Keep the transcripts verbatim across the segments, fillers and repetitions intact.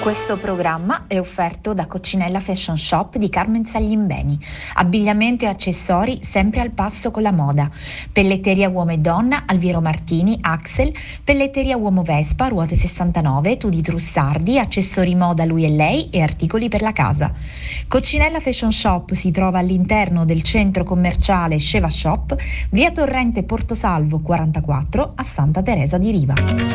Questo programma è offerto da Coccinella Fashion Shop di Carmen Saglimbeni. Abbigliamento e accessori sempre al passo con la moda. Pelletteria uomo e donna, Alviero Martini, Axel. Pelletteria uomo Vespa, Ruote sessantanove, Tudi Trussardi, accessori moda lui e lei e articoli per la casa. Coccinella Fashion Shop si trova all'interno del centro commerciale Sceva Shop, via Torrente Portosalvo quarantaquattro a Santa Teresa di Riva.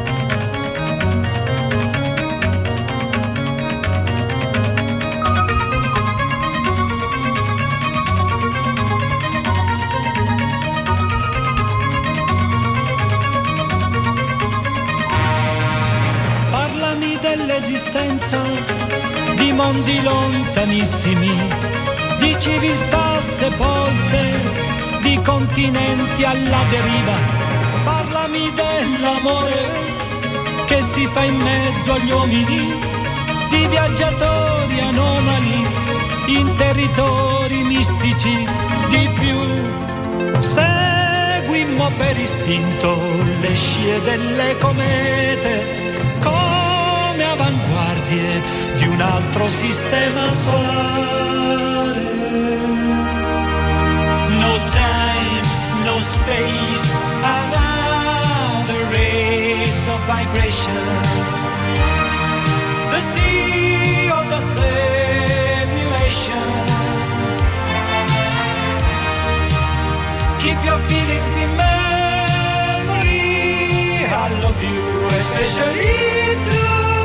Dell'esistenza di mondi lontanissimi, di civiltà sepolte, di continenti alla deriva. Parlami dell'amore che si fa in mezzo agli uomini, di viaggiatori anomali in territori mistici. Di più seguimmo per istinto le scie delle comete, avanguardie di un altro sistema solare. No time, no space, another race of vibration. The sea of the simulation. Keep your feelings in memory. I love you, especially too.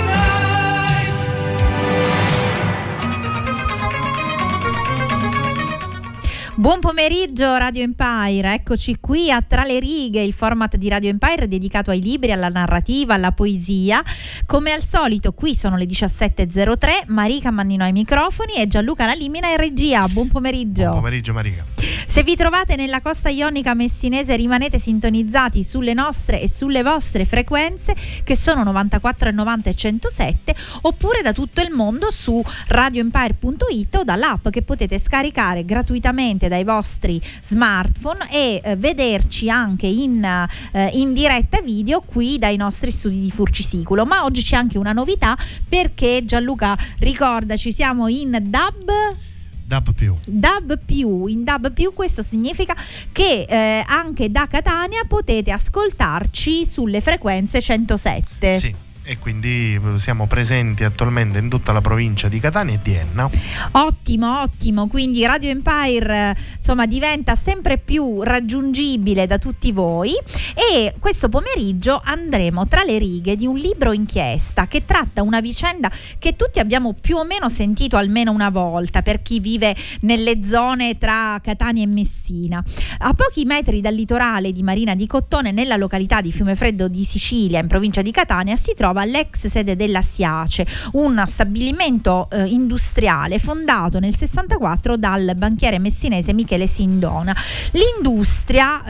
Buon pomeriggio Radio Empire, eccoci qui a Tra le righe, il format di Radio Empire dedicato ai libri, alla narrativa, alla poesia. Come al solito qui sono le diciassette e zero tre, Marica Mannino ai microfoni e Gianluca Nalimina in regia. Buon pomeriggio. Buon pomeriggio Marica. Se vi trovate nella costa ionica messinese rimanete sintonizzati sulle nostre e sulle vostre frequenze che sono novantaquattro e novanta e centosette, oppure da tutto il mondo su radioempire punto it o dall'app che potete scaricare gratuitamente dai vostri smartphone e eh, vederci anche in, eh, in diretta video qui dai nostri studi di Furcisicolo. Ma oggi c'è anche una novità, perché Gianluca, ricordaci, siamo in D A B D A B più. D A B più, in D A B più. Questo significa che eh, anche da Catania potete ascoltarci sulle frequenze centosette. Sì. E quindi siamo presenti attualmente in tutta la provincia di Catania e di Enna. Ottimo, ottimo. Quindi Radio Empire insomma diventa sempre più raggiungibile da tutti voi, e questo pomeriggio andremo tra le righe di un libro inchiesta che tratta una vicenda che tutti abbiamo più o meno sentito almeno una volta, per chi vive nelle zone tra Catania e Messina. A pochi metri dal litorale di Marina di Cottone, nella località di Fiumefreddo di Sicilia, in provincia di Catania, si trova l'ex sede della SIACE, un stabilimento eh, industriale fondato nel sessantaquattro dal banchiere messinese Michele Sindona. L'industria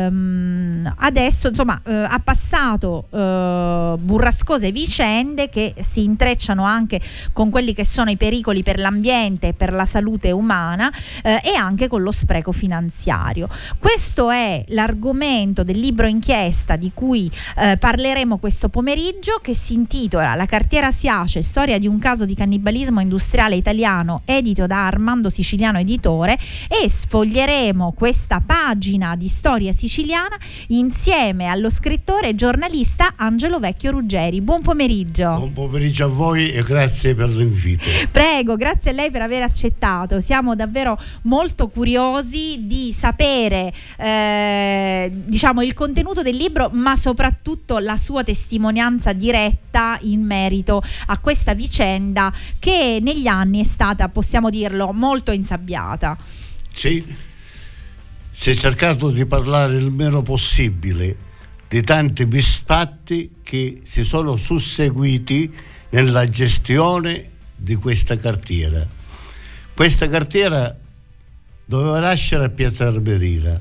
ehm, adesso insomma eh, ha passato eh, burrascose vicende che si intrecciano anche con quelli che sono i pericoli per l'ambiente e per la salute umana, eh, e anche con lo spreco finanziario. Questo è l'argomento del libro inchiesta di cui eh, parleremo questo pomeriggio, che si intitola La cartiera SIACE, storia di un caso di cannibalismo industriale italiano, edito da Armando Siciliano Editore, e sfoglieremo questa pagina di storia siciliana insieme allo scrittore e giornalista Angelo Vecchio Ruggeri. Buon pomeriggio. Buon pomeriggio a voi e grazie per l'invito. Prego, grazie a lei per aver accettato. Siamo davvero molto curiosi di sapere eh, diciamo il contenuto del libro, ma soprattutto la sua testimonianza diretta in merito a questa vicenda che negli anni è stata, possiamo dirlo, molto insabbiata. Sì, si è cercato di parlare il meno possibile di tanti misfatti che si sono susseguiti nella gestione di questa cartiera. Questa cartiera doveva nascere a Piazza Armerina,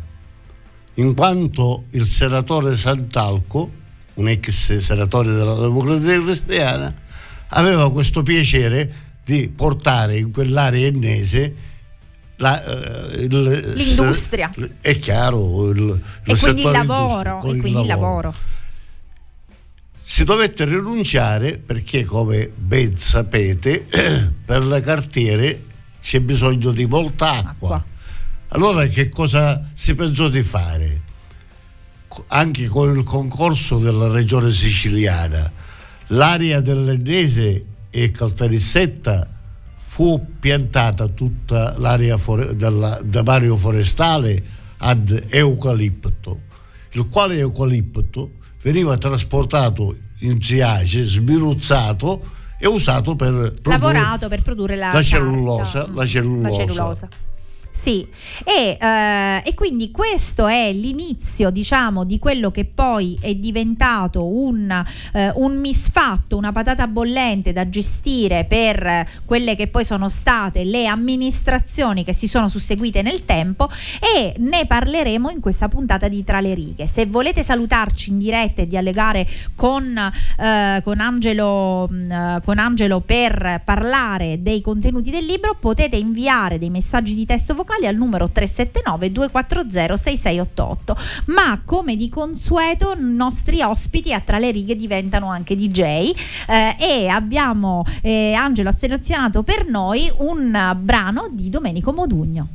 in quanto il senatore Santalco, un ex senatore della Democrazia Cristiana, aveva questo piacere di portare in quell'area ennese la, uh, il, l'industria. È chiaro. Il, e il quindi il lavoro. E quindi il lavoro. si dovette rinunciare perché, come ben sapete, per le cartiere c'è bisogno di molta acqua. Acqua. Allora che cosa si pensò di fare? Anche con il concorso della regione siciliana, l'area dell'Ennese e Caltanissetta fu piantata tutta l'area fore- della, dell'area forestale ad eucalipto, il quale eucalipto veniva trasportato in Siace, sminuzzato e usato per lavorato per produrre la, la cellulosa, carta. la cellulosa. La cellulosa. Sì, e, eh, e quindi questo è l'inizio, diciamo, di quello che poi è diventato un, eh, un misfatto, una patata bollente da gestire per quelle che poi sono state le amministrazioni che si sono susseguite nel tempo, e ne parleremo in questa puntata di Tra le righe. Se volete salutarci in diretta e dialogare con, eh, con, Angelo, mh, con Angelo per parlare dei contenuti del libro, potete inviare dei messaggi di testo vocali al numero tre sette nove due quattro zero sei sei otto otto, ma come di consueto i nostri ospiti a Tra le righe diventano anche D J, eh, e abbiamo eh, Angelo ha selezionato per noi un brano di Domenico Modugno.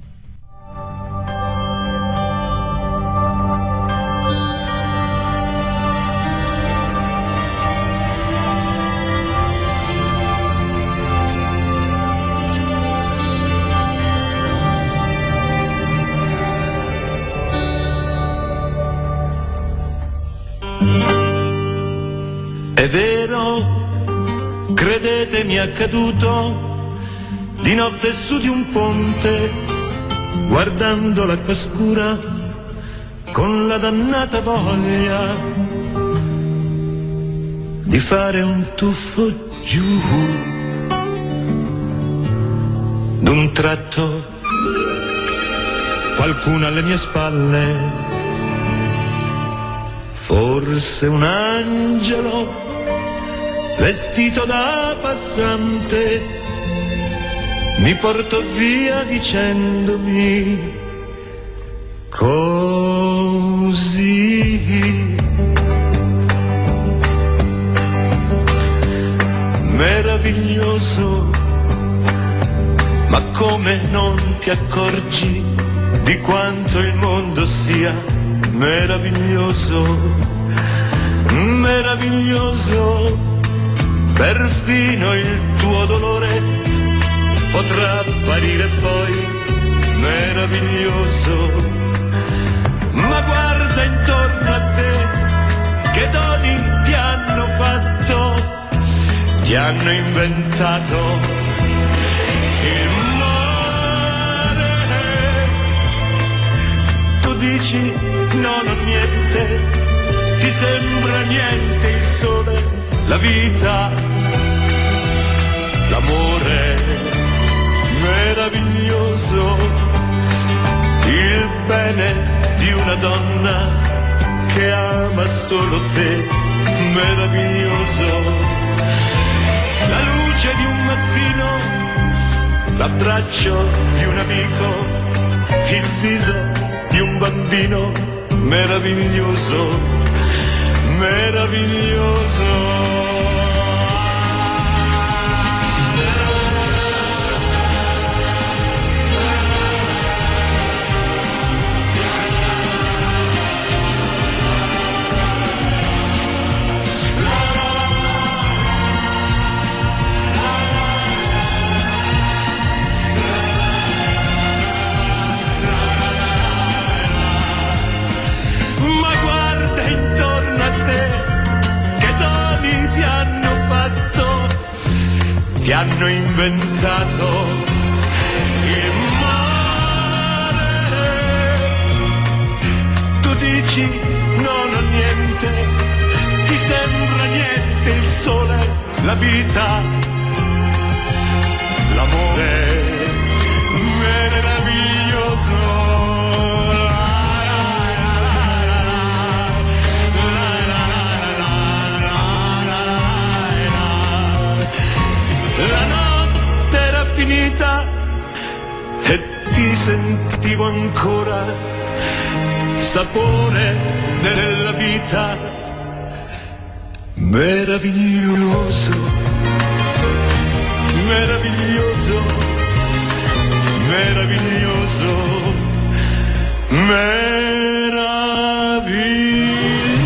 È vero, credetemi, è accaduto di notte su di un ponte, guardando l'acqua scura con la dannata voglia di fare un tuffo giù. D'un tratto qualcuno alle mie spalle, forse un angelo vestito da passante, mi portò via dicendomi così. Meraviglioso, ma come non ti accorgi di quanto il mondo sia meraviglioso, meraviglioso. Perfino il tuo dolore potrà apparire poi meraviglioso. Ma guarda intorno a te, che doni ti hanno fatto, ti hanno inventato il mare. Tu dici no, non niente, ti sembra niente il sole, la vita, l'amore meraviglioso, il bene di una donna che ama solo te, meraviglioso, la luce di un mattino, l'abbraccio di un amico, il viso di un bambino, meraviglioso, meraviglioso. Ti hanno inventato il mare. Tu dici no, non niente, ti sembra niente il sole, la vita, l'amore meraviglioso. La notte era finita e ti sentivo ancora sapore della vita. Meraviglioso, meraviglioso, meraviglioso, meraviglioso.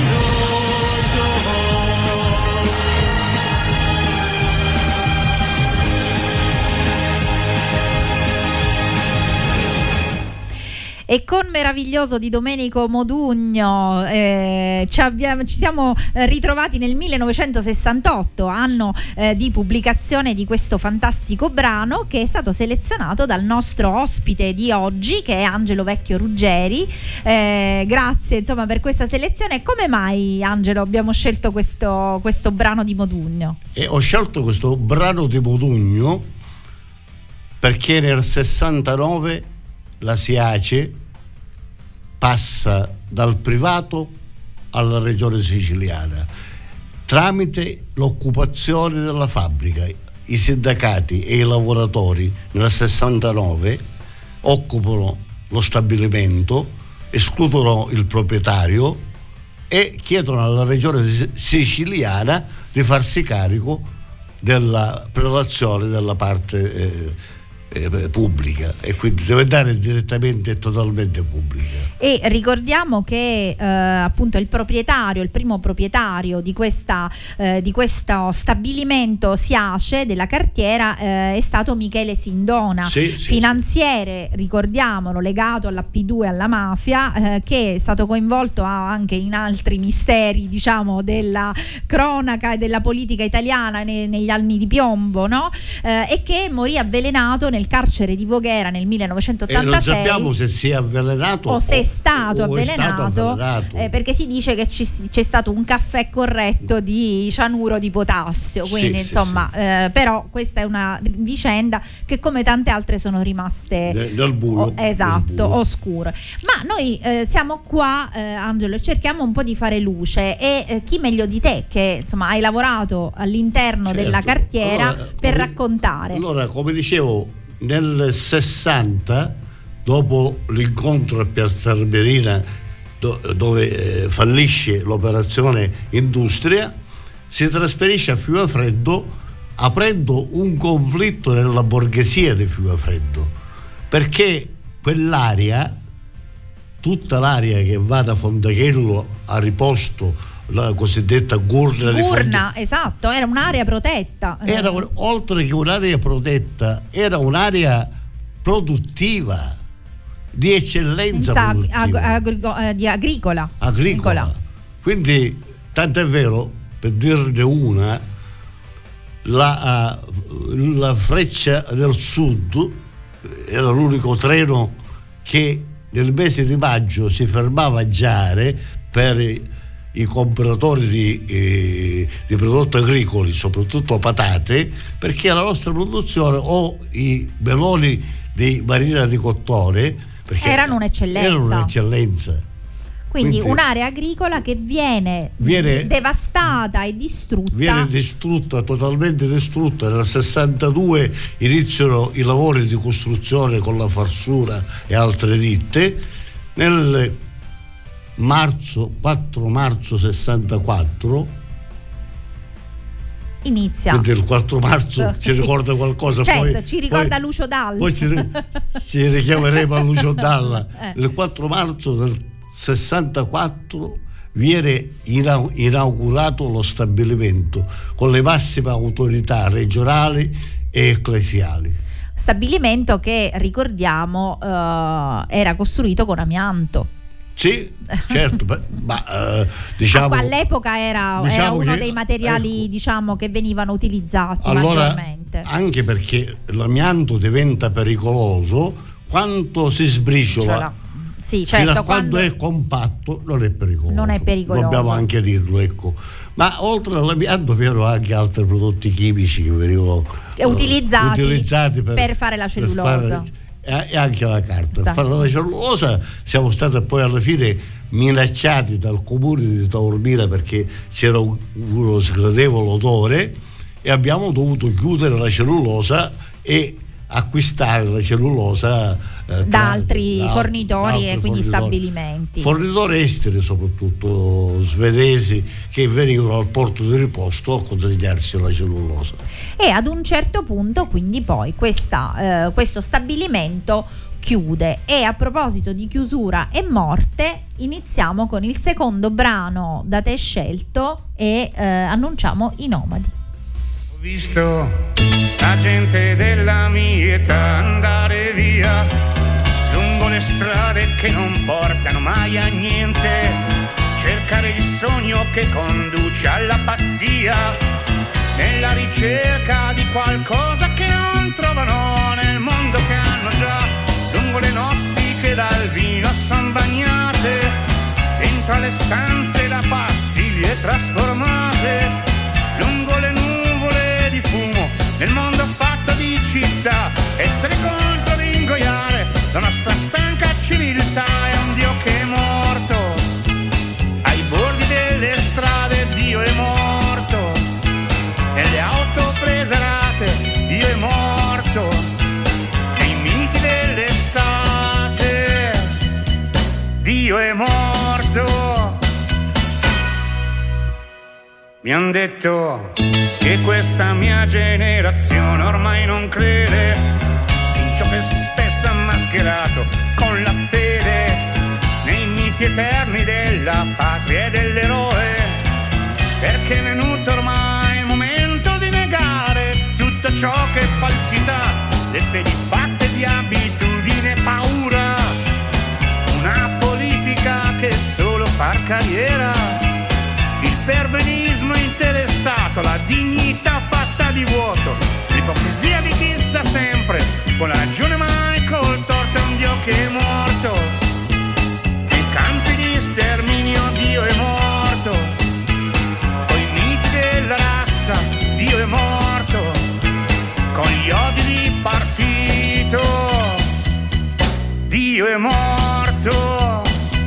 E con Meraviglioso di Domenico Modugno eh, ci, abbiamo, ci siamo ritrovati nel millenovecentosessantotto, anno eh, di pubblicazione di questo fantastico brano, che è stato selezionato dal nostro ospite di oggi, che è Angelo Vecchio Ruggeri. Eh, grazie insomma per questa selezione. Come mai, Angelo, abbiamo scelto questo, questo brano di Modugno? E ho scelto questo brano di Modugno perché nel sessantanove la SIACE passa dal privato alla regione siciliana tramite l'occupazione della fabbrica. I sindacati e i lavoratori nel sessantanove occupano lo stabilimento, escludono il proprietario e chiedono alla regione siciliana di farsi carico della prelazione della parte eh, Eh, pubblica, e quindi deve andare direttamente e totalmente pubblica. E ricordiamo che eh, appunto il proprietario, il primo proprietario di questa eh, di questo stabilimento SIACE della cartiera eh, è stato Michele Sindona, sì, sì, finanziere, ricordiamolo, legato alla P due, alla mafia, eh, che è stato coinvolto anche in altri misteri, diciamo, della cronaca e della politica italiana ne, negli anni di piombo, no? Eh, e che morì avvelenato nel carcere di Voghera nel millenovecentottantasei. E non sappiamo se si è avvelenato o se è stato o avvelenato, è stato avvelenato. Eh, perché si dice che ci, c'è stato un caffè corretto di cianuro di potassio, quindi sì, insomma sì, sì. Eh, però questa è una vicenda che, come tante altre, sono rimaste nel, nel buio, o, esatto, nel buio. oscure. Ma noi eh, siamo qua, eh, Angelo, e cerchiamo un po' di fare luce, e eh, chi meglio di te, che insomma hai lavorato all'interno Certo. della cartiera, Allora, per come, raccontare. Allora, come dicevo, nel sessanta, dopo l'incontro a Piazza Arberina do, dove eh, fallisce l'operazione Industria, si trasferisce a Fiumefreddo, aprendo un conflitto nella borghesia di Fiumefreddo, perché quell'area, tutta l'area che va da Fontachello a Riposto, la cosiddetta Gurna, Gurna, di esatto, era un'area protetta. era, oltre che un'area protetta, era un'area produttiva, di eccellenza Ag- produttiva. ag- agrico- eh, di agricola. agricola. Agricola. Quindi, tanto è vero, per dirne una, la, uh, la Freccia del Sud era l'unico treno che nel mese di maggio si fermava a Giare per i compratori di, eh, di prodotti agricoli, soprattutto patate, perché la nostra produzione o i meloni di Marina di Cottone erano un'eccellenza. erano un'eccellenza. Quindi, Quindi un'area agricola che viene, viene devastata e distrutta. Viene distrutta, totalmente distrutta. Nel sessantadue iniziano i lavori di costruzione con la Farsura e altre ditte. Nel marzo, quattro marzo sessantaquattro, inizia. quindi il quattro marzo ci ricorda qualcosa. Certo, poi, ci ricorda poi, Lucio Dalla. Poi ci, ci richiameremo a Lucio Dalla. Eh. Il quattro marzo del sessantaquattro viene inaugurato lo stabilimento con le massime autorità regionali e ecclesiali. Stabilimento che, ricordiamo, eh, era costruito con amianto. Sì, certo, ma, ma eh, diciamo ah, all'epoca era, diciamo era uno che, dei materiali, ecco, diciamo, che venivano utilizzati allora, maggiormente. Anche perché l'amianto diventa pericoloso quando si sbriciola. Sì, certo, fino a quando, quando è compatto non è pericoloso. Non è pericoloso. Dobbiamo anche dirlo, ecco. Ma oltre all'amianto vi erano anche altri prodotti chimici che venivano utilizzati, utilizzati per, per fare la cellulosa. Per fare, e anche la carta. Per fare sì. la cellulosa siamo stati poi alla fine minacciati dal comune di Taormina perché c'era un, uno sgradevole odore e abbiamo dovuto chiudere la cellulosa e acquistare la cellulosa eh, da altri da, fornitori da altri e quindi fornitori, stabilimenti. Fornitori esteri, soprattutto svedesi, che venivano al porto di riposto a consegnarsi la cellulosa. E ad un certo punto quindi poi questa, eh, questo stabilimento chiude. E a proposito di chiusura e morte, iniziamo con il secondo brano da te scelto e eh, annunciamo I Nomadi. Ho visto la gente della mia età andare via lungo le strade che non portano mai a niente, cercare il sogno che conduce alla pazzia, nella ricerca di qualcosa che non trovano nel mondo che hanno già, lungo le notti che dal vino son bagnate, dentro alle stanze da pastiglie trasformate, lungo le nuvole di fumo nel mondo fatto di città, essere contro l'ingoiare la nostra stanca civiltà. È un Dio che è morto ai bordi delle strade, Dio è morto nelle auto preserate, Dio è morto nei miti dell'estate, Dio è morto. Mi han detto che questa mia generazione ormai non crede in ciò che spesso ha mascherato con la fede nei miti eterni della patria e dell'eroe, perché è venuto ormai il momento di negare tutto ciò che è falsità, le fedi fatte di abitudine e paura, una politica che solo far carriera, il perbenismo interessato, la dignità fatta di vuoto, l'ipocrisia di chi sta sempre con la ragione mai col torto. È un Dio che è morto nei campi di sterminio, Dio è morto coi miti della razza, Dio è morto con gli odi di partito, Dio è morto.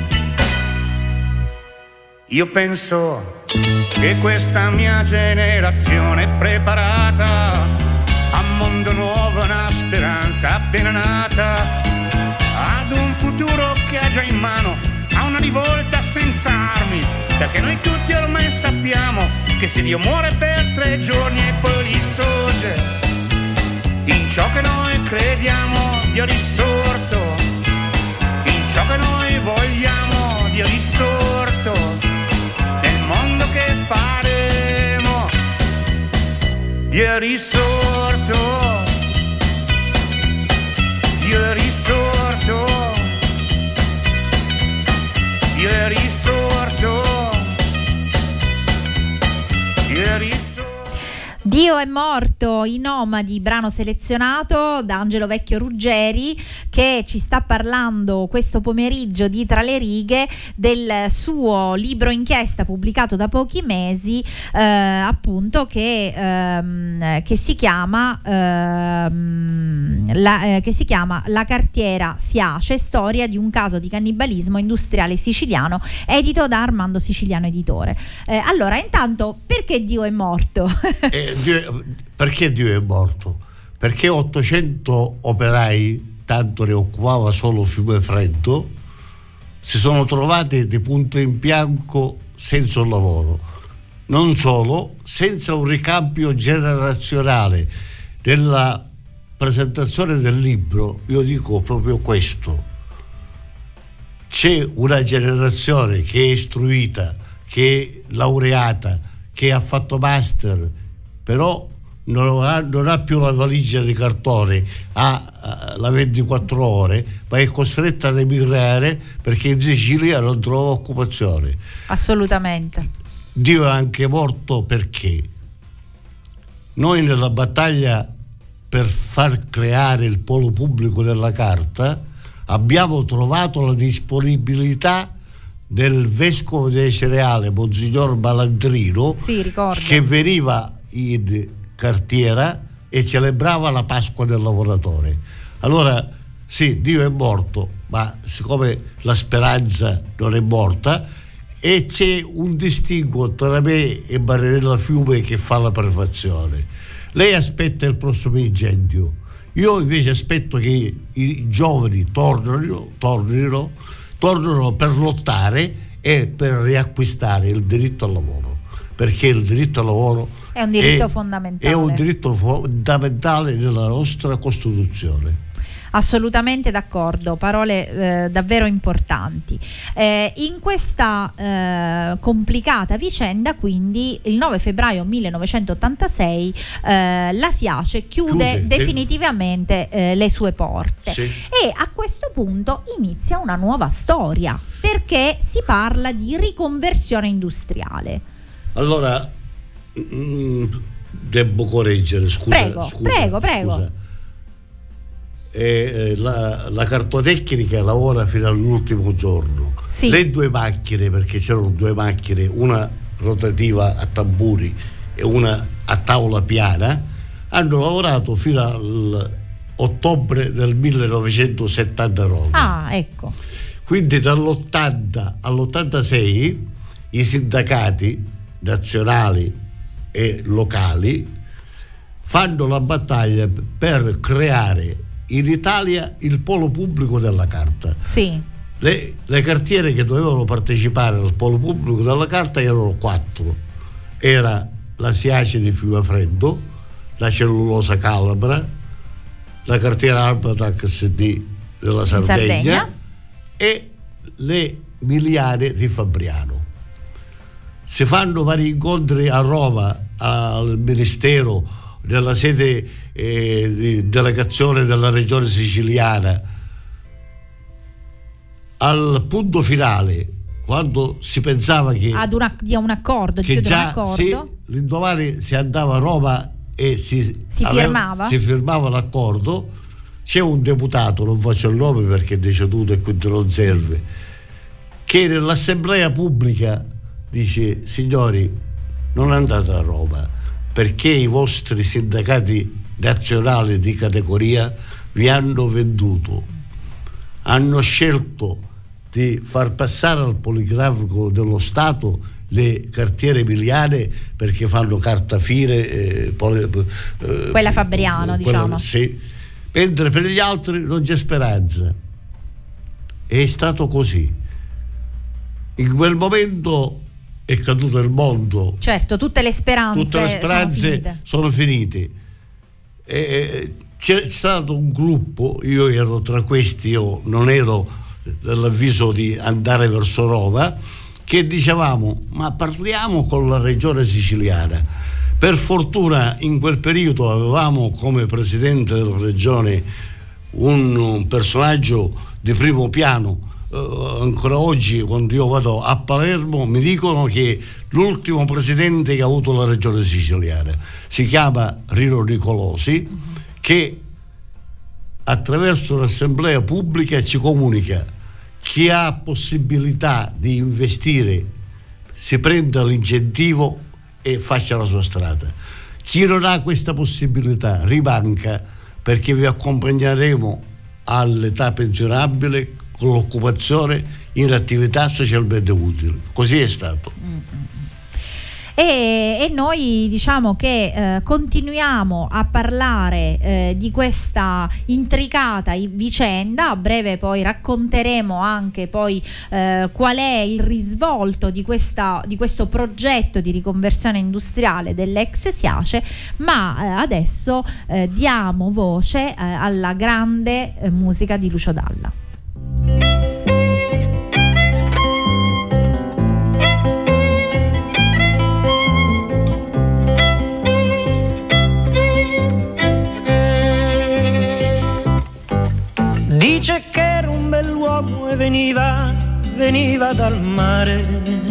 Io penso che questa mia generazione è preparata a un mondo nuovo, una speranza appena nata, ad un futuro che ha già in mano, a una rivolta senza armi, perché noi tutti ormai sappiamo che se Dio muore per tre giorni e poi risorge, in ciò che noi crediamo Dio è risorto, in ciò che noi vogliamo Dio è risorto, nel mondo che faremo Dio è risorto, Dio è risorto, Dio è risorto, Dio è risorto. Dio è morto, I Nomadi, brano selezionato da Angelo Vecchio Ruggeri, che ci sta parlando questo pomeriggio di Tra le righe del suo libro inchiesta pubblicato da pochi mesi, eh, appunto che, ehm, che si chiama ehm, la, eh, che si chiama La cartiera Siace, storia di un caso di cannibalismo industriale siciliano, edito da Armando Siciliano Editore. Eh, allora, intanto, perché Dio è morto? Eh, Dio, perché Dio è morto? Perché ottocento operai, tanto ne occupava solo Fiumefreddo, si sono trovati di punto in bianco senza un lavoro. Non solo, senza un ricambio generazionale. Nella presentazione del libro io dico proprio questo: c'è una generazione che è istruita, che è laureata, che ha fatto master, però non ha, non ha più la valigia di cartone, ha uh, la ventiquattro ore, ma è costretta ad emigrare perché in Sicilia non trova occupazione. Assolutamente. Dio è anche morto perché noi nella battaglia per far creare il polo pubblico della carta abbiamo trovato la disponibilità del vescovo dei cereali, Monsignor Malandrino, sì, ricordo, che veniva in cartiera e celebrava la Pasqua del lavoratore. Allora sì, Dio è morto, ma siccome la speranza non è morta, e c'è un distinguo tra me e Marinella Fiume che fa la prefazione. Lei aspetta il prossimo incendio, Io invece aspetto che i giovani tornino, tornino, tornino per lottare e per riacquistare il diritto al lavoro, perché il diritto al lavoro è un diritto è, fondamentale. È un diritto fondamentale nella nostra Costituzione. Assolutamente d'accordo, parole eh, davvero importanti. Eh, in questa eh, complicata vicenda, quindi, il nove febbraio millenovecentottantasei eh, la SIACE chiude, Chiude, definitivamente eh, le sue porte, sì. E a questo punto inizia una nuova storia, perché si parla di riconversione industriale. Allora, mh, devo correggere, scusa. Prego, scusa, prego, prego. Scusa. E, eh, la, la cartotecnica lavora fino all'ultimo giorno. Sì. Le due macchine, perché c'erano due macchine, una rotativa a tamburi e una a tavola piana, hanno lavorato fino all'ottobre del millenovecentosettantanove. Ah, ecco. Quindi dall'ottanta all'ottantasei i sindacati nazionali e locali fanno la battaglia per creare in Italia il polo pubblico della carta. Sì. Le, le cartiere che dovevano partecipare al polo pubblico della carta erano quattro. Era la SIACE di Fiumafreddo, la Cellulosa Calabra, la cartiera Albatach S D della Sardegna, Sardegna e le Miliane di Fabriano. Si fanno vari incontri a Roma, al Ministero, nella sede eh, di delegazione della regione siciliana. Al punto finale, quando si pensava che ad una, di un accordo, che di già un accordo. sì, l'indomani si andava a Roma e si, Si aveva- firmava? si firmava l'accordo. C'è un deputato, non faccio il nome perché è deceduto e quindi non serve, che nell'assemblea pubblica dice: signori, non andate a Roma, perché i vostri sindacati nazionali di categoria vi hanno venduto, hanno scelto di far passare al poligrafico dello Stato le cartiere emiliane perché fanno carta fine, eh, poli, eh, Quella Fabriano, quella- diciamo. sì. Mentre per gli altri non c'è speranza. È stato così. In quel momento è caduto il mondo. Certo, tutte le speranze, Tutte le speranze sono finite. sono finite. E c'è stato un gruppo, io ero tra questi, io non ero dell'avviso di andare verso Roma, che dicevamo: ma parliamo con la regione siciliana. Per fortuna in quel periodo avevamo come presidente della regione un personaggio di primo piano. Uh, ancora oggi quando io vado a Palermo mi dicono che l'ultimo presidente che ha avuto la regione siciliana si chiama Rino Nicolosi, che attraverso un'assemblea pubblica ci comunica: chi ha possibilità di investire si prenda l'incentivo e faccia la sua strada, chi non ha questa possibilità rimanga, perché vi accompagneremo all'età pensionabile con l'occupazione in attività socialmente utili. Così è stato. E, e noi diciamo che eh, continuiamo a parlare eh, di questa intricata vicenda. A breve poi racconteremo anche poi eh, qual è il risvolto di, questa, di questo progetto di riconversione industriale dell'ex SIACE, ma eh, adesso eh, diamo voce eh, alla grande eh, musica di Lucio Dalla. Dice che era un bell'uomo e veniva, veniva dal mare.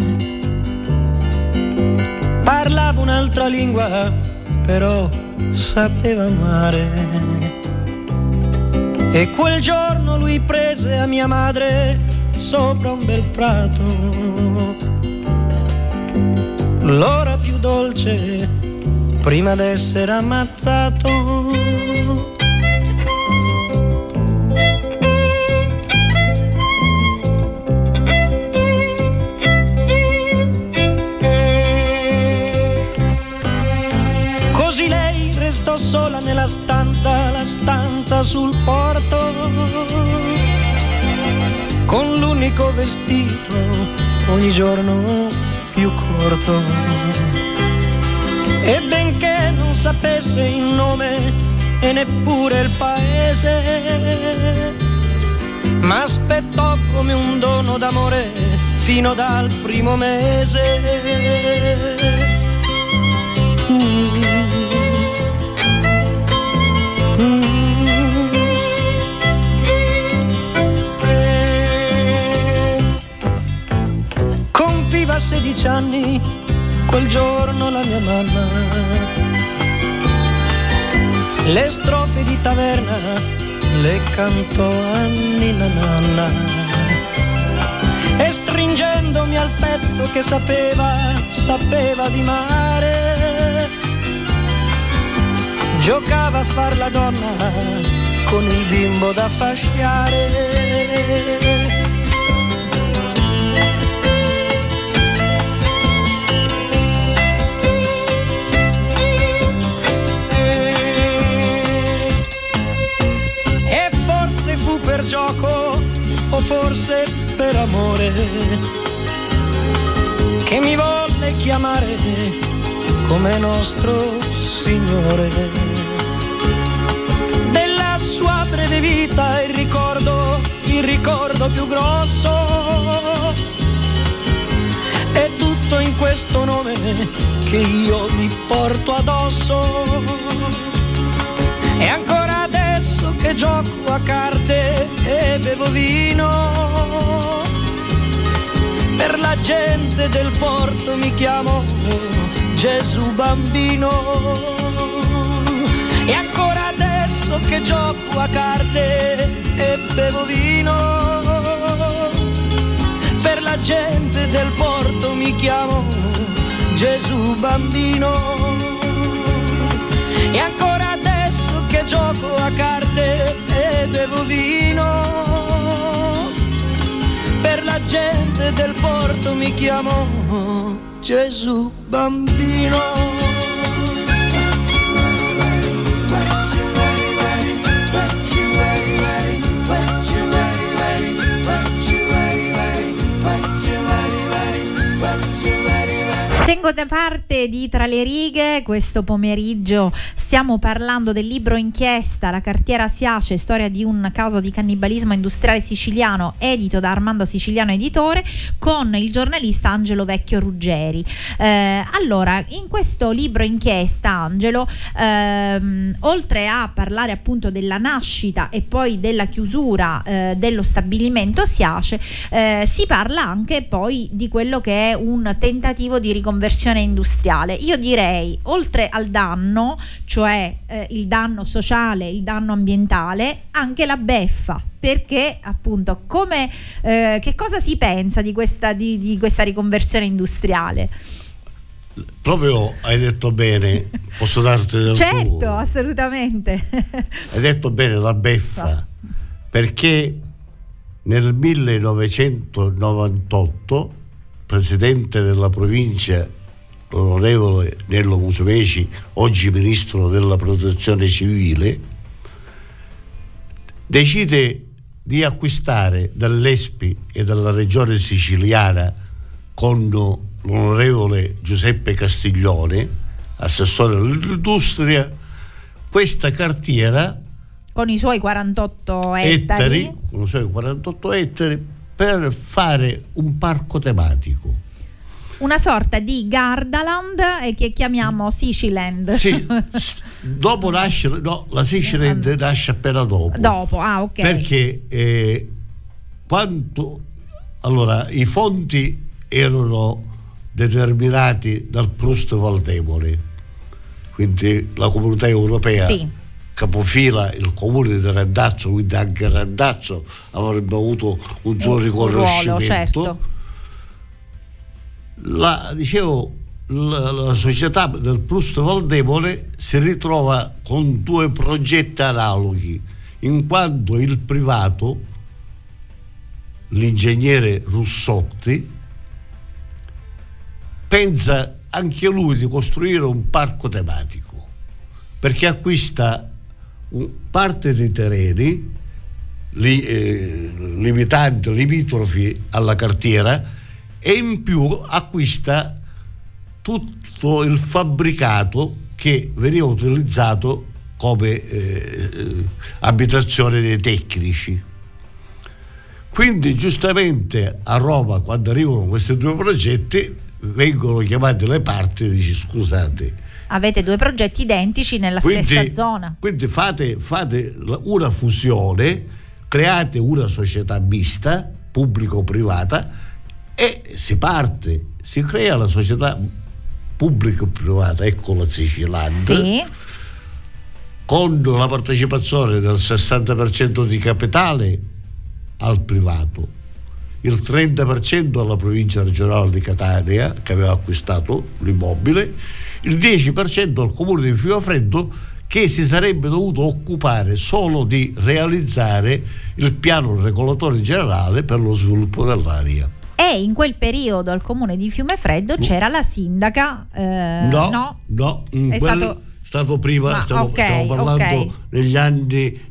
Parlava un'altra lingua, però sapeva amare. E quel giorno lui prese a mia madre sopra un bel prato, l'ora più dolce prima d'essere ammazzato. Così lei restò sola nella stanza sessanta la stanza sul porto, con l'unico vestito ogni giorno più corto. E benché non sapesse il nome e neppure il paese, m'aspettò come un dono d'amore fino dal primo mese. Mm. Mm. Compiva sedici anni quel giorno la mia mamma, le strofe di taverna le cantò a Ninna Nanna, e stringendomi al petto che sapeva, sapeva di mare, giocava a far la donna con il bimbo da fasciare. Per gioco o forse per amore che mi volle chiamare come nostro Signore. Della sua breve vita il ricordo, il ricordo più grosso è tutto in questo nome che io mi porto addosso. E ancora adesso che gioco a carte e bevo vino, per la gente del porto mi chiamo Gesù Bambino. E ancora adesso che gioco a carte e bevo vino, per la gente del porto mi chiamo Gesù Bambino. E ancora adesso che gioco a carte e bevo vino, per la gente del porto mi chiamo Gesù Bambino. Tengo da parte di Tra le righe. Questo pomeriggio stiamo parlando del libro inchiesta La cartiera Siace, storia di un caso di cannibalismo industriale siciliano, edito da Armando Siciliano Editore, con il giornalista Angelo Vecchio Ruggeri. Eh, allora, in questo libro inchiesta, Angelo, ehm, oltre a parlare appunto della nascita e poi della chiusura eh, dello stabilimento Siace, eh, si parla anche poi di quello che è un tentativo di riconversione industriale. Io direi, oltre al danno, cioè eh, il danno sociale, il danno ambientale, anche la beffa, perché appunto come eh, che cosa si pensa di questa, di, di questa riconversione industriale? Proprio hai detto bene, posso darti del certo, tuo? Assolutamente. Hai detto bene, la beffa, perché nel millenovecentonovantotto presidente della provincia, l'onorevole Nello Musumeci, oggi ministro della protezione civile, decide di acquistare dall'E S P I e dalla regione siciliana, con l'onorevole Giuseppe Castiglione, assessore all'industria, questa cartiera con i suoi quarantotto ettari, ettari con i suoi quarantotto ettari, per fare un parco tematico, una sorta di Gardaland e che chiamiamo Siciland. sì, dopo nasce, no, la Siciland nasce appena dopo dopo ah ok perché eh, quanto allora i fonti erano determinati dal Proust Valdemone, quindi la Comunità Europea, sì, capofila il comune di Randazzo, quindi anche Randazzo avrebbe avuto un suo un riconoscimento. Ruolo, certo. La, dicevo, la, la società del Proust Valdemone si ritrova con due progetti analoghi, in quanto il privato, l'ingegnere Russotti, pensa anche lui di costruire un parco tematico, perché acquista parte dei terreni li, eh, limitanti, limitrofi alla cartiera, e in più acquista tutto il fabbricato che veniva utilizzato come eh, abitazione dei tecnici. Quindi giustamente a Roma, quando arrivano questi due progetti, vengono chiamate le parti e dici: scusate, avete due progetti identici nella quindi, stessa zona, quindi fate, fate una fusione, create una società mista pubblico-privata e si parte, si crea la società pubblico-privata, ecco la Siciland, sì, con la partecipazione del sessanta per cento di capitale al privato, il trenta per cento alla provincia regionale di Catania, che aveva acquistato l'immobile, il dieci per cento al comune di Fiumefreddo, che si sarebbe dovuto occupare solo di realizzare il piano regolatore generale per lo sviluppo dell'area. E in quel periodo al comune di Fiumefreddo c'era la sindaca eh, no, no, no, è quel, stato stato prima, ah, stiamo, okay, stiamo parlando okay. negli anni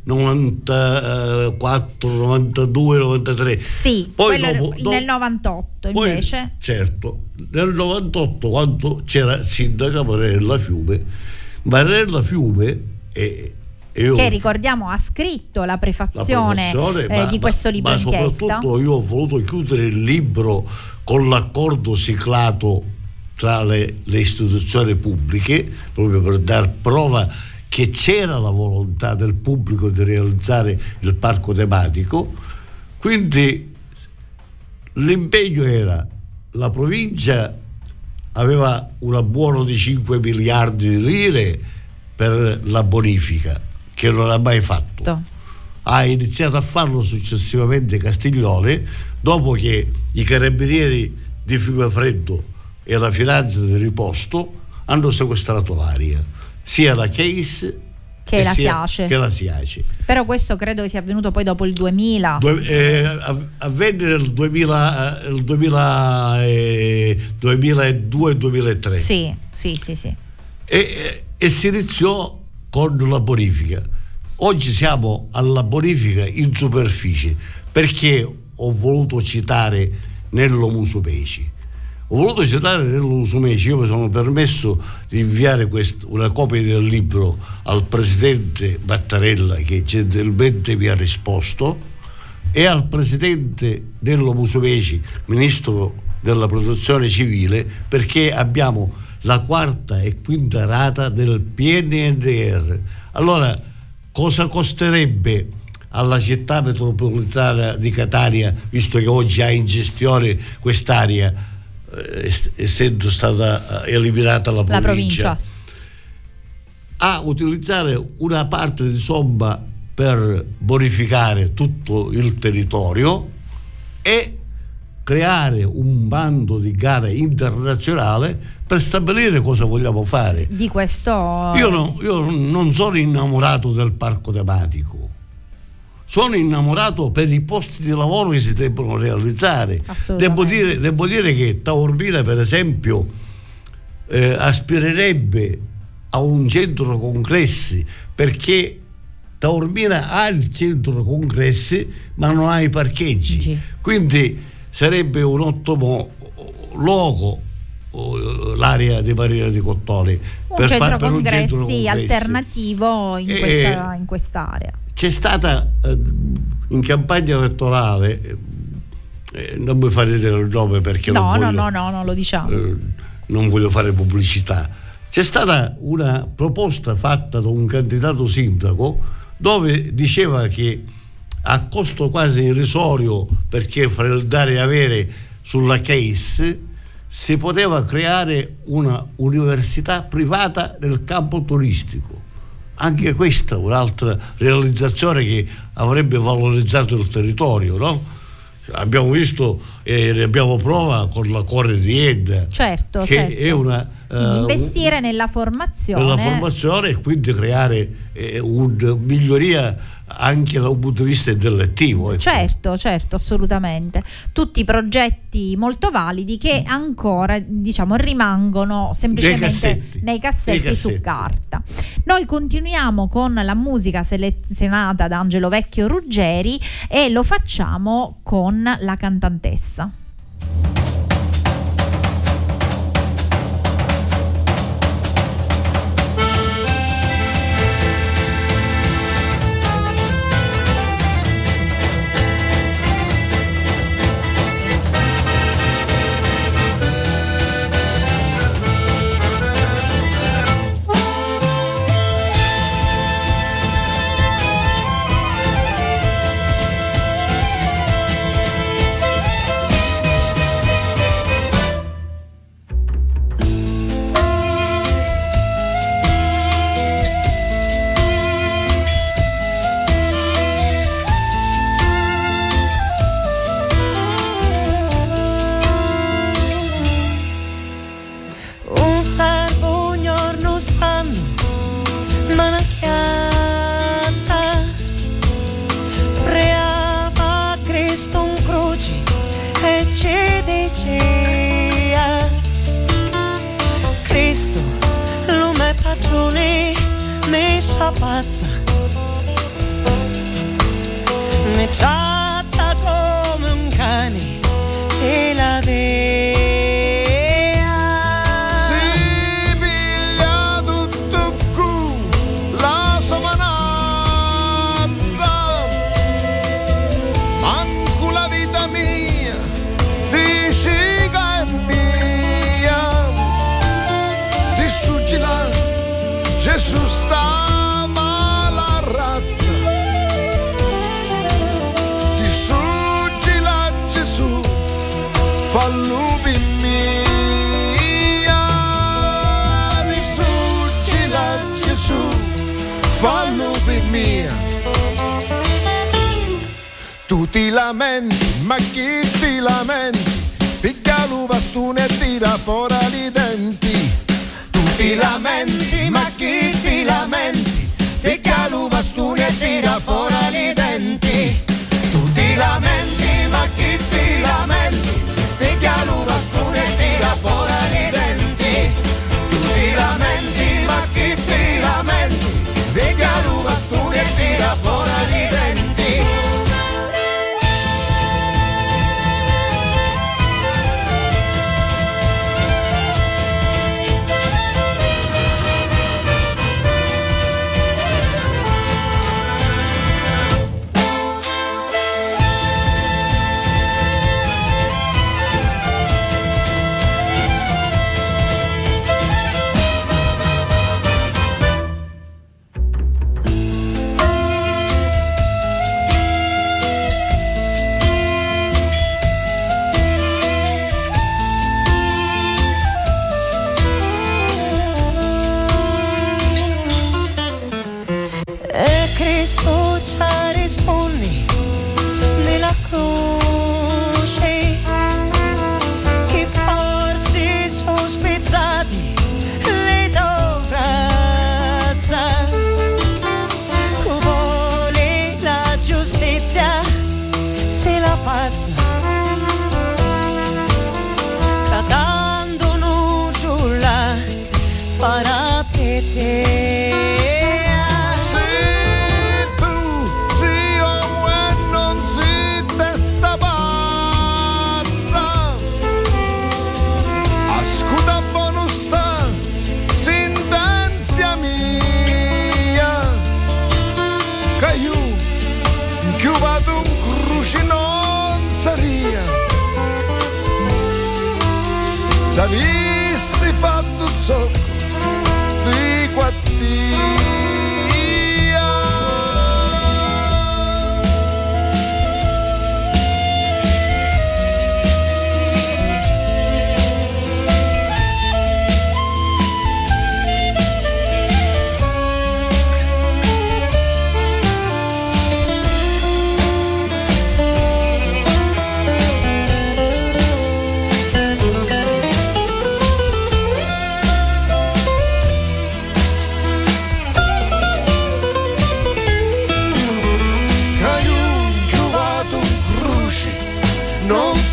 novantaquattro, novantadue, novantatré. Sì, poi quello dopo, dopo, nel novantotto poi, invece. Certo, nel novantotto, quando c'era sindaca Marianella Fiume, Marianella Fiume e io, che ricordiamo ha scritto la prefazione, la prefazione eh, ma, di questo libro ma inchiesta. soprattutto io ho voluto chiudere il libro con l'accordo siglato tra le, le istituzioni pubbliche, proprio per dar prova che c'era la volontà del pubblico di realizzare il parco tematico. Quindi l'impegno era: la provincia aveva un abbuono di cinque miliardi di lire per la bonifica, che non ha mai fatto. Ha iniziato a farlo successivamente Castiglione, dopo che i carabinieri di Fiumefreddo e la finanza di riposto hanno sequestrato l'area, sia la Case che la, sia, SIACE. che la SIACE. Però questo credo che sia avvenuto poi dopo il duemila. Due, eh, avvenne nel duemila, il duemila, eh, duemiladue duemilatré. Sì, sì, sì, sì. E, e si iniziò con la bonifica. Oggi siamo alla bonifica in superficie, perché ho voluto citare Nello Musumeci. Ho voluto citare Nello Musumeci, io mi sono permesso di inviare quest- una copia del libro al presidente Mattarella, che gentilmente mi ha risposto, e al presidente Nello Musumeci, ministro della protezione civile, perché abbiamo la quarta e quinta rata del P N R R. Allora, cosa costerebbe alla città metropolitana di Catania, visto che oggi ha in gestione quest'area, essendo stata eliminata la provincia, la provincia, a utilizzare una parte di somma per bonificare tutto il territorio e creare un bando di gare internazionale per stabilire cosa vogliamo fare. Di questo io, no, io non sono innamorato del parco tematico, sono innamorato per i posti di lavoro che si debbono realizzare. Devo dire, devo dire che Taormina, per esempio, eh, aspirerebbe a un centro congressi, perché Taormina ha il centro congressi ma non ha i parcheggi. Sì. Quindi sarebbe un ottimo luogo l'area di Marina di Cottone un per centro far, per congressi un centro congressi alternativo in, e, questa, in quest'area. C'è stata eh, in campagna elettorale, eh, non mi fate dire il nome perché no, non voglio, no, no, no, non lo diciamo. Eh, non voglio fare pubblicità. C'è stata una proposta fatta da un candidato sindaco dove diceva che a costo quasi irrisorio, perché fra il dare e avere sulla Case, si poteva creare una università privata nel campo turistico. Anche questa è un'altra realizzazione che avrebbe valorizzato il territorio, no? Abbiamo visto e ne abbiamo prova con la Cuore di Enna, certo, che certo. è una quindi uh, investire nella formazione nella formazione e quindi creare eh, una miglioria anche da un punto di vista intellettivo, ecco. Certo, certo, assolutamente. Tutti progetti molto validi che ancora, diciamo, rimangono semplicemente nei cassetti, nei cassetti, nei cassetti. su carta. Noi continuiamo con la musica selezionata da Angelo Vecchio Ruggeri e lo facciamo con La cantantessa. Un servo ogni giorno stanno da una chiazza, preava Cristo in croce e ci diceva: Cristo, l'uomo è pagione, mi sciapazza, mi tratta come un cane e la vede. Gesù stava la razza, distruggila Gesù, fallo per mia, distruggila Gesù, fallo per mia. Tu ti lamenti, ma chi ti lamenti? Picchia lo bastone e tira fuori i denti. Ti lamenti, ma chi ti lamenti? Picchia lo bastone e tira fuori i denti. Tu ti lamenti, ma chi ti lamenti? Picchia lo bastone e tira fuori i denti. Tu ti lamenti, ma chi ti lamenti? Picchia lo bastone e tira fuori i denti. Se avessi fatto zocco di quattria.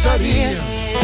carrozzeria.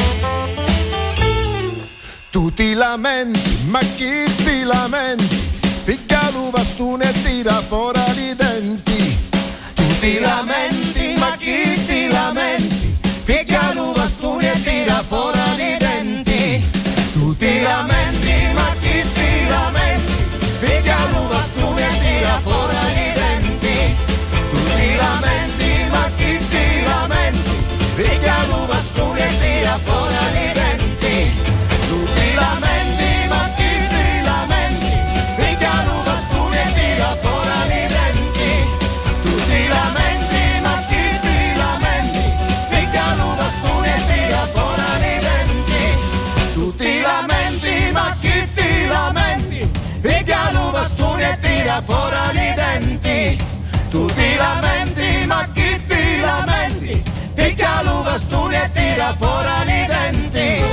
Tu ti lamenti, ma chi ti lamenti? Picca lo bastone e tira fuori i denti. Tu ti lamenti, ma chi ti lamenti? Picca lo bastone e tira fuori i denti. Tu ti lamenti, ma chi ti lamenti? Picca lo bastone e tira fuori i denti. Tu ti lamenti, ma chi ti lamenti? Picca lo bastone e tira fuori i denti. Tu ti lamenti, ma chi ti lamenti? Picca lo bastone e tira fuori i denti. Tu ti lamenti, ma chi ti lamenti? Picca lo bastone e tira fuori i denti. Tu ti lamenti, ma chi ti lamenti? Picca lo bastone e tira fuori i denti. Tu ti lamenti, ma chi ti lamenti? Picca lo bastone e tira fuori i denti.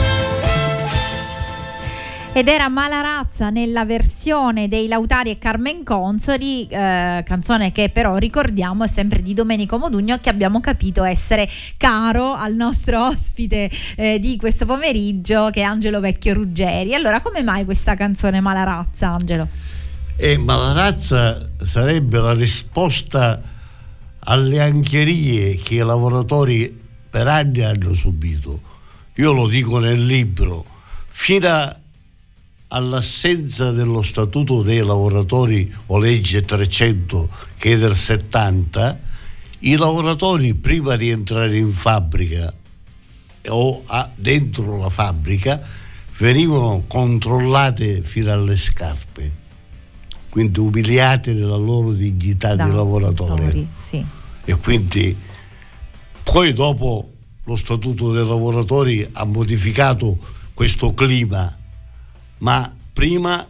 Ed era Malarazza nella versione dei Lautari e Carmen Consoli, eh, canzone che però ricordiamo è sempre di Domenico Modugno, che abbiamo capito essere caro al nostro ospite eh, di questo pomeriggio, che è Angelo Vecchio Ruggeri. Allora, come mai questa canzone Malarazza, Angelo? E Malarazza sarebbe la risposta alle ancherie che i lavoratori per anni hanno subito. Io lo dico nel libro, fino a all'assenza dello statuto dei lavoratori o legge trecento, che è del settanta, i lavoratori prima di entrare in fabbrica o a, dentro la fabbrica venivano controllate fino alle scarpe, quindi umiliati nella loro dignità Da di lavoratore. Sì. E quindi poi dopo lo statuto dei lavoratori ha modificato questo clima, ma prima,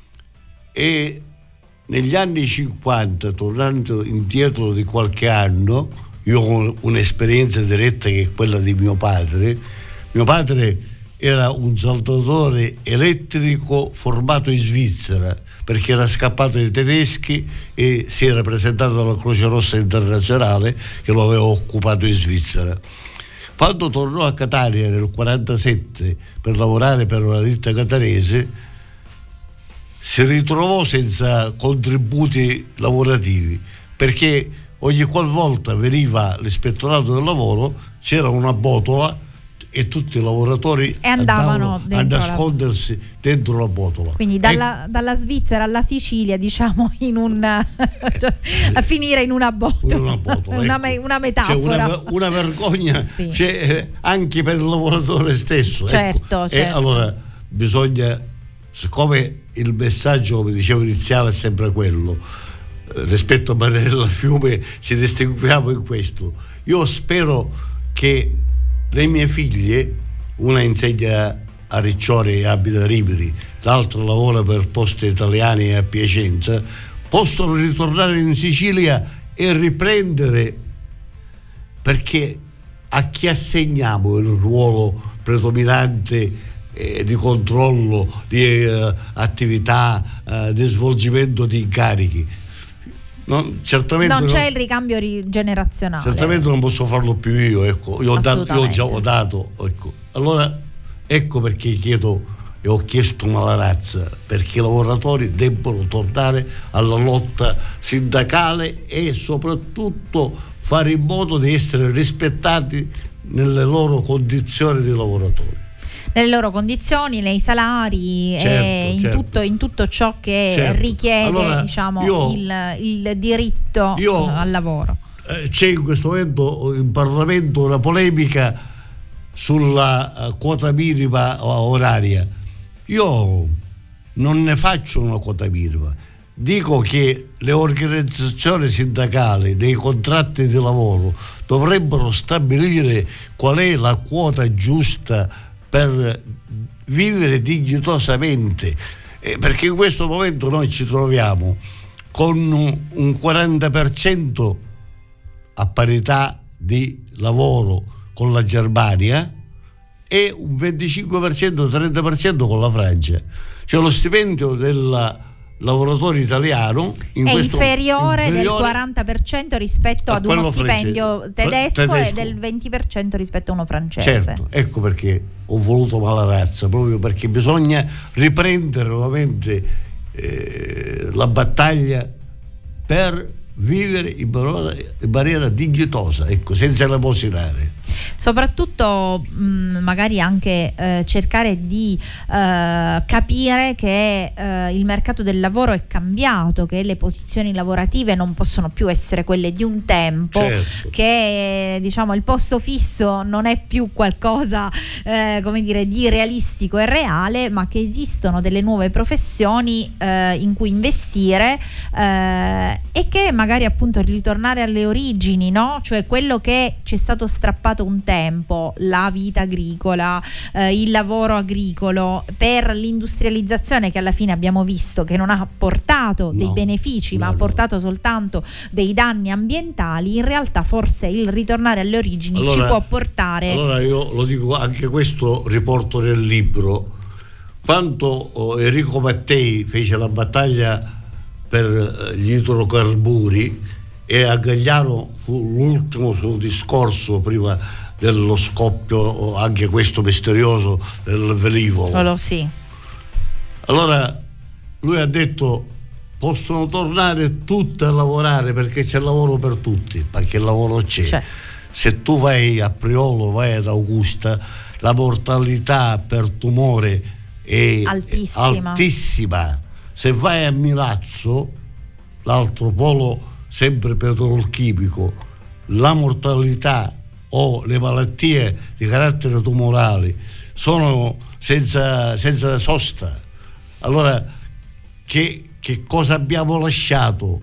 e negli anni cinquanta, tornando indietro di qualche anno, io ho un'esperienza diretta che è quella di mio padre. Mio padre era un saltatore elettrico formato in Svizzera, perché era scappato ai tedeschi e si era presentato alla Croce Rossa Internazionale, che lo aveva occupato in Svizzera. Quando tornò a Catania nel quarantasette per lavorare per una ditta catanese, si ritrovò senza contributi lavorativi, perché ogni qualvolta veniva l'ispettorato del lavoro c'era una botola e tutti i lavoratori e andavano, andavano a nascondersi la... dentro la botola. Quindi dalla, e... dalla Svizzera alla Sicilia, diciamo, in un cioè, a finire in una botola, una, botola, una, ecco. me, una metafora. C'è una, una vergogna sì. C'è, eh, anche per il lavoratore stesso. Certo, ecco. certo. E allora bisogna, siccome il messaggio, come dicevo iniziale, è sempre quello, eh, rispetto a Marinella Fiume ci distinguiamo in questo. Io spero che le mie figlie, una insegna a Riccione e abita a Rimini, l'altra lavora per Poste Italiane a Piacenza, possono ritornare in Sicilia e riprendere, perché a chi assegniamo il ruolo predominante eh, di controllo, di eh, attività, eh, di svolgimento di incarichi? Non, certamente non c'è non, il ricambio generazionale. Certamente non posso farlo più io, ecco. Io ho, dato, io già ho dato, ecco. Allora ecco perché chiedo e ho chiesto Malarazza, perché i lavoratori debbono tornare alla lotta sindacale e soprattutto fare in modo di essere rispettati nelle loro condizioni di lavoratori. Nelle loro condizioni, nei salari, certo, e in, certo. tutto, in tutto ciò che certo. richiede allora, diciamo, io, il, il diritto io, al lavoro. Eh, c'è in questo momento in Parlamento una polemica sulla uh, quota minima oraria. Io non ne faccio una quota minima, dico che le organizzazioni sindacali nei contratti di lavoro dovrebbero stabilire qual è la quota giusta per vivere dignitosamente, eh, perché in questo momento noi ci troviamo con un quaranta per cento a parità di lavoro con la Germania e un venticinque per cento, trenta per cento con la Francia. Cioè lo stipendio della lavoratore italiano in è questo, inferiore, inferiore del quaranta per cento rispetto ad uno stipendio francese, tedesco, tedesco e del venti per cento rispetto a uno francese. Certo, ecco perché ho voluto Malarazza, proprio perché bisogna riprendere nuovamente eh, la battaglia per vivere in maniera, in maniera dignitosa, ecco, senza elemosinare. Soprattutto mh, magari anche eh, cercare di eh, capire che eh, il mercato del lavoro è cambiato, che le posizioni lavorative non possono più essere quelle di un tempo, certo. che diciamo il posto fisso non è più qualcosa eh, come dire di realistico e reale, ma che esistono delle nuove professioni eh, in cui investire eh, e che magari appunto ritornare alle origini, no? Cioè quello che ci è stato strappato un tempo, la vita agricola, eh, il lavoro agricolo, per l'industrializzazione che alla fine abbiamo visto che non ha portato no, dei benefici no, ma no. ha portato soltanto dei danni ambientali. In realtà forse il ritornare alle origini allora, ci può portare. Allora io lo dico, anche questo riporto nel libro, quando Enrico Mattei fece la battaglia per gli idrocarburi e a Gagliano fu l'ultimo suo discorso prima dello scoppio, anche questo misterioso, del velivolo. Oh, sì. Allora lui ha detto: possono tornare tutti a lavorare perché c'è lavoro per tutti, perché il lavoro c'è. c'è. Se tu vai a Priolo, vai ad Augusta, la mortalità per tumore è altissima. altissima. Se vai a Milazzo, l'altro polo sempre petrolchimico, la mortalità o le malattie di carattere tumorale sono senza, senza sosta. Allora che, che cosa abbiamo lasciato?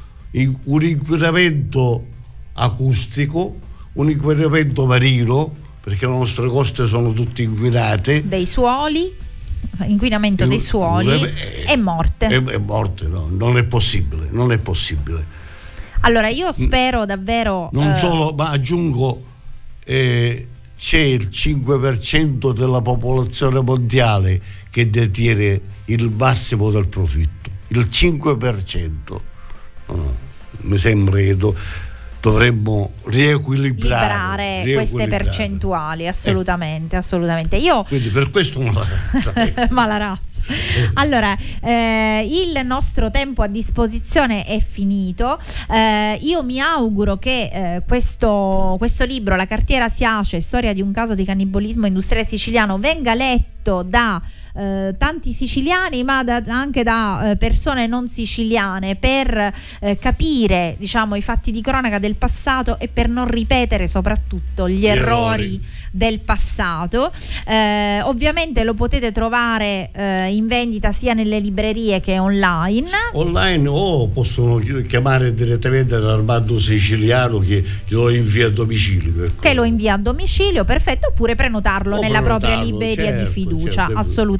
Un inquinamento acustico, un inquinamento marino, perché le nostre coste sono tutte inquinate, dei suoli, inquinamento dei suoli è, e morte. È, è morte, no, non è possibile, non è possibile. Allora io spero davvero. Non eh... solo, ma aggiungo, eh, c'è il cinque per cento della popolazione mondiale che detiene il massimo del profitto, il cinque per cento. No, mi sembra che do, dovremmo riequilibrare, riequilibrare queste percentuali, assolutamente, eh. assolutamente. Io quindi per questo Malarazza. Malarazza. Allora, eh, il nostro tempo a disposizione è finito. Eh, io mi auguro che eh, questo, questo libro, La cartiera Siace, storia di un caso di cannibolismo industriale siciliano, venga letto da Eh, tanti siciliani, ma da, anche da eh, persone non siciliane, per eh, capire, diciamo, i fatti di cronaca del passato e per non ripetere soprattutto gli, gli errori. errori del passato. Eh, ovviamente lo potete trovare eh, in vendita sia nelle librerie che online. Online o possono chiamare direttamente all'Armando Siciliano che lo invia a domicilio. Ecco. Che lo invia a domicilio, perfetto, oppure prenotarlo o nella prenotarlo, propria libreria certo, di fiducia, certo. assolutamente.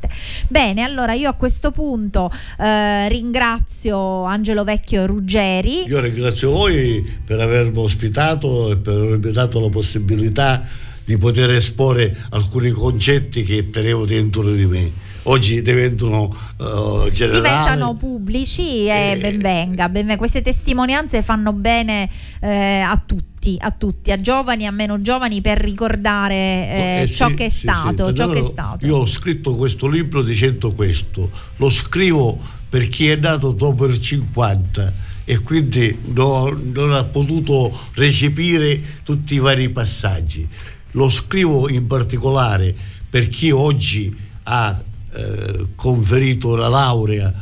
Bene, allora io a questo punto eh, ringrazio Angelo Vecchio Ruggeri. Io ringrazio voi per avermi ospitato e per avermi dato la possibilità di poter esporre alcuni concetti che tenevo dentro di me. Oggi diventano uh, generali, diventano pubblici e, e ben venga, ben venga. Queste testimonianze fanno bene eh, a tutti, a tutti, a giovani, a meno giovani, per ricordare eh, eh, ciò sì, che è sì, stato, sì. ciò che è stato. Io ho scritto questo libro dicendo questo, lo scrivo per chi è nato dopo il cinquanta e quindi no, non ha potuto recepire tutti i vari passaggi. Lo scrivo in particolare per chi oggi ha eh, conferito la laurea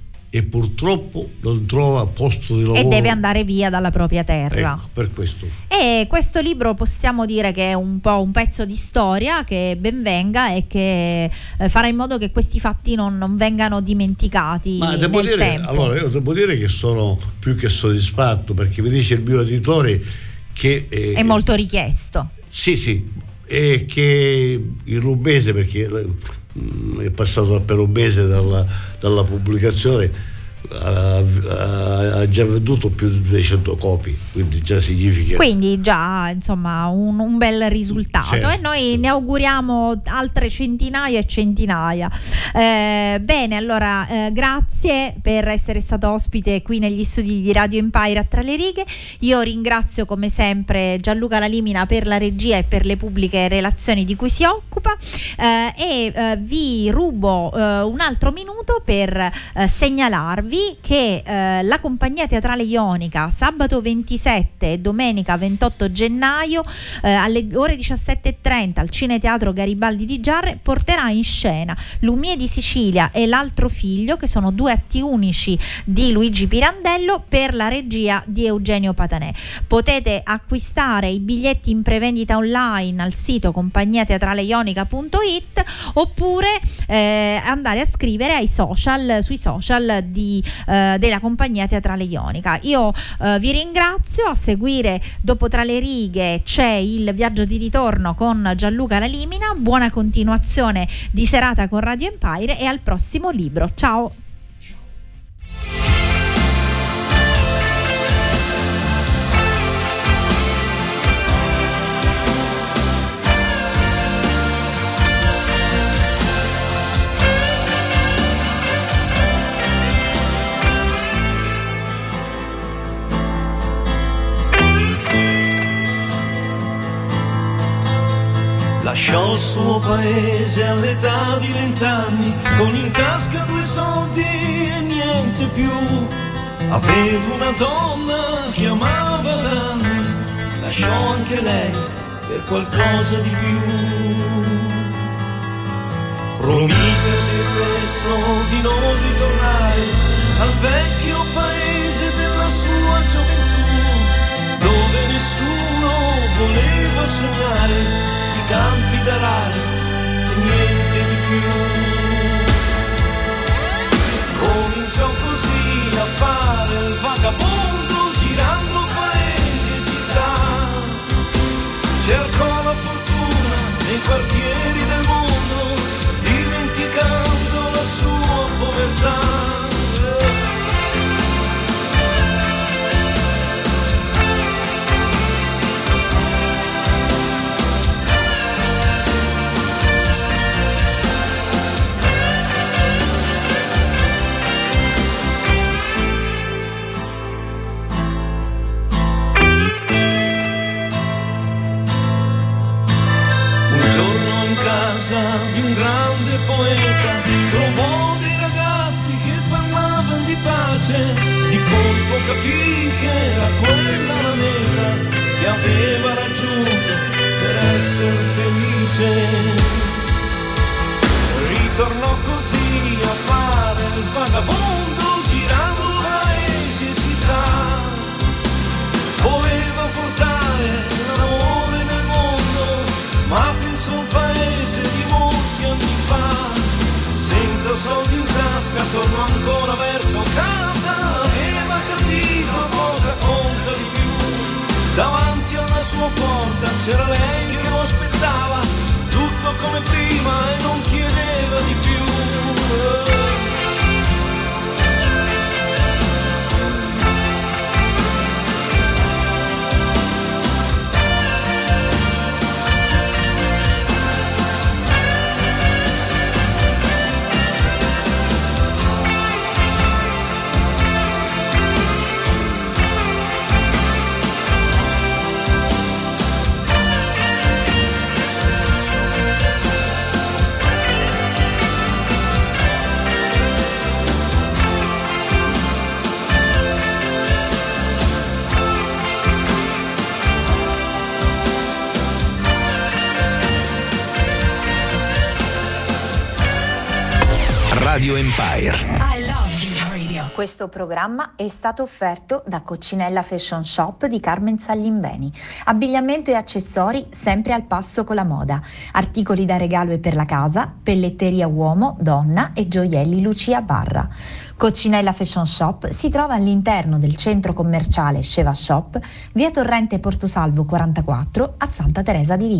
e purtroppo non trova posto di lavoro e deve andare via dalla propria terra. Ecco, per questo. E questo libro possiamo dire che è un po' un pezzo di storia che ben venga e che eh, farà in modo che questi fatti non, non vengano dimenticati. Ma devo nel dire, tempo. allora io devo dire che sono più che soddisfatto, perché mi dice il mio editore che eh, è molto richiesto. Sì, sì, e che il Rubbese, perché è passato per un mese dalla, dalla pubblicazione, ha, ha, ha già venduto più di duecento copie, quindi già significa, quindi già insomma un, un bel risultato, certo. E noi ne auguriamo altre centinaia e centinaia. Eh, bene, allora eh, grazie per essere stato ospite qui negli studi di Radio Empire a Tra le Righe. Io ringrazio come sempre Gianluca Lalimina per la regia e per le pubbliche relazioni di cui si occupa, eh, e eh, vi rubo eh, un altro minuto per eh, segnalarvi che eh, la compagnia teatrale Ionica sabato ventisette e domenica ventotto gennaio eh, alle ore diciassette e trenta al Cineteatro Garibaldi di Giarre porterà in scena Lumie di Sicilia e L'altro figlio, che sono due atti unici di Luigi Pirandello per la regia di Eugenio Patanè. Potete acquistare i biglietti in prevendita online al sito compagnia teatrale ionica punto it oppure eh, andare a scrivere ai social, sui social di, eh, della compagnia teatrale Ionica. Io eh, vi ringrazio. A seguire, dopo Tra le righe, c'è il viaggio di ritorno con Gianluca Lalimina. Buona continuazione di serata con Radio Empire e al prossimo libro. Ciao. Lasciò il suo paese all'età di vent'anni, con in tasca due soldi e niente più. Aveva una donna che amava da anni, lasciò anche lei per qualcosa di più. Promise a se stesso di non ritornare al vecchio paese della sua gioventù, dove nessuno voleva sognare campi d'arare e niente di più. Cominciò così a fare il vagabondo, girando paesi e città. Cercò la fortuna nei quartieri del mondo, dimenticando la sua povertà. Di un grande poeta trovò dei ragazzi che parlavano di pace, di colpo capì che era quella la meta che aveva raggiunto per essere felice. Ritornò così a fare il vagabondo, girando paesi e città. Voleva portare l'amore nel mondo, ma pensò un paese di molti anni fa. Senza soldi in tasca tornò ancora verso casa, aveva capito cosa conta di più. Davanti alla sua porta c'era lei che lo aspettava, tutto come prima e non chiedeva di più. Radio Empire. I love you radio. Questo programma è stato offerto da Coccinella Fashion Shop di Carmen Saglimbeni. Abbigliamento e accessori sempre al passo con la moda. Articoli da regalo e per la casa, pelletteria uomo, donna e gioielli Lucia Barra. Coccinella Fashion Shop si trova all'interno del centro commerciale Sceva Shop, via Torrente Portosalvo quarantaquattro a Santa Teresa di Rio.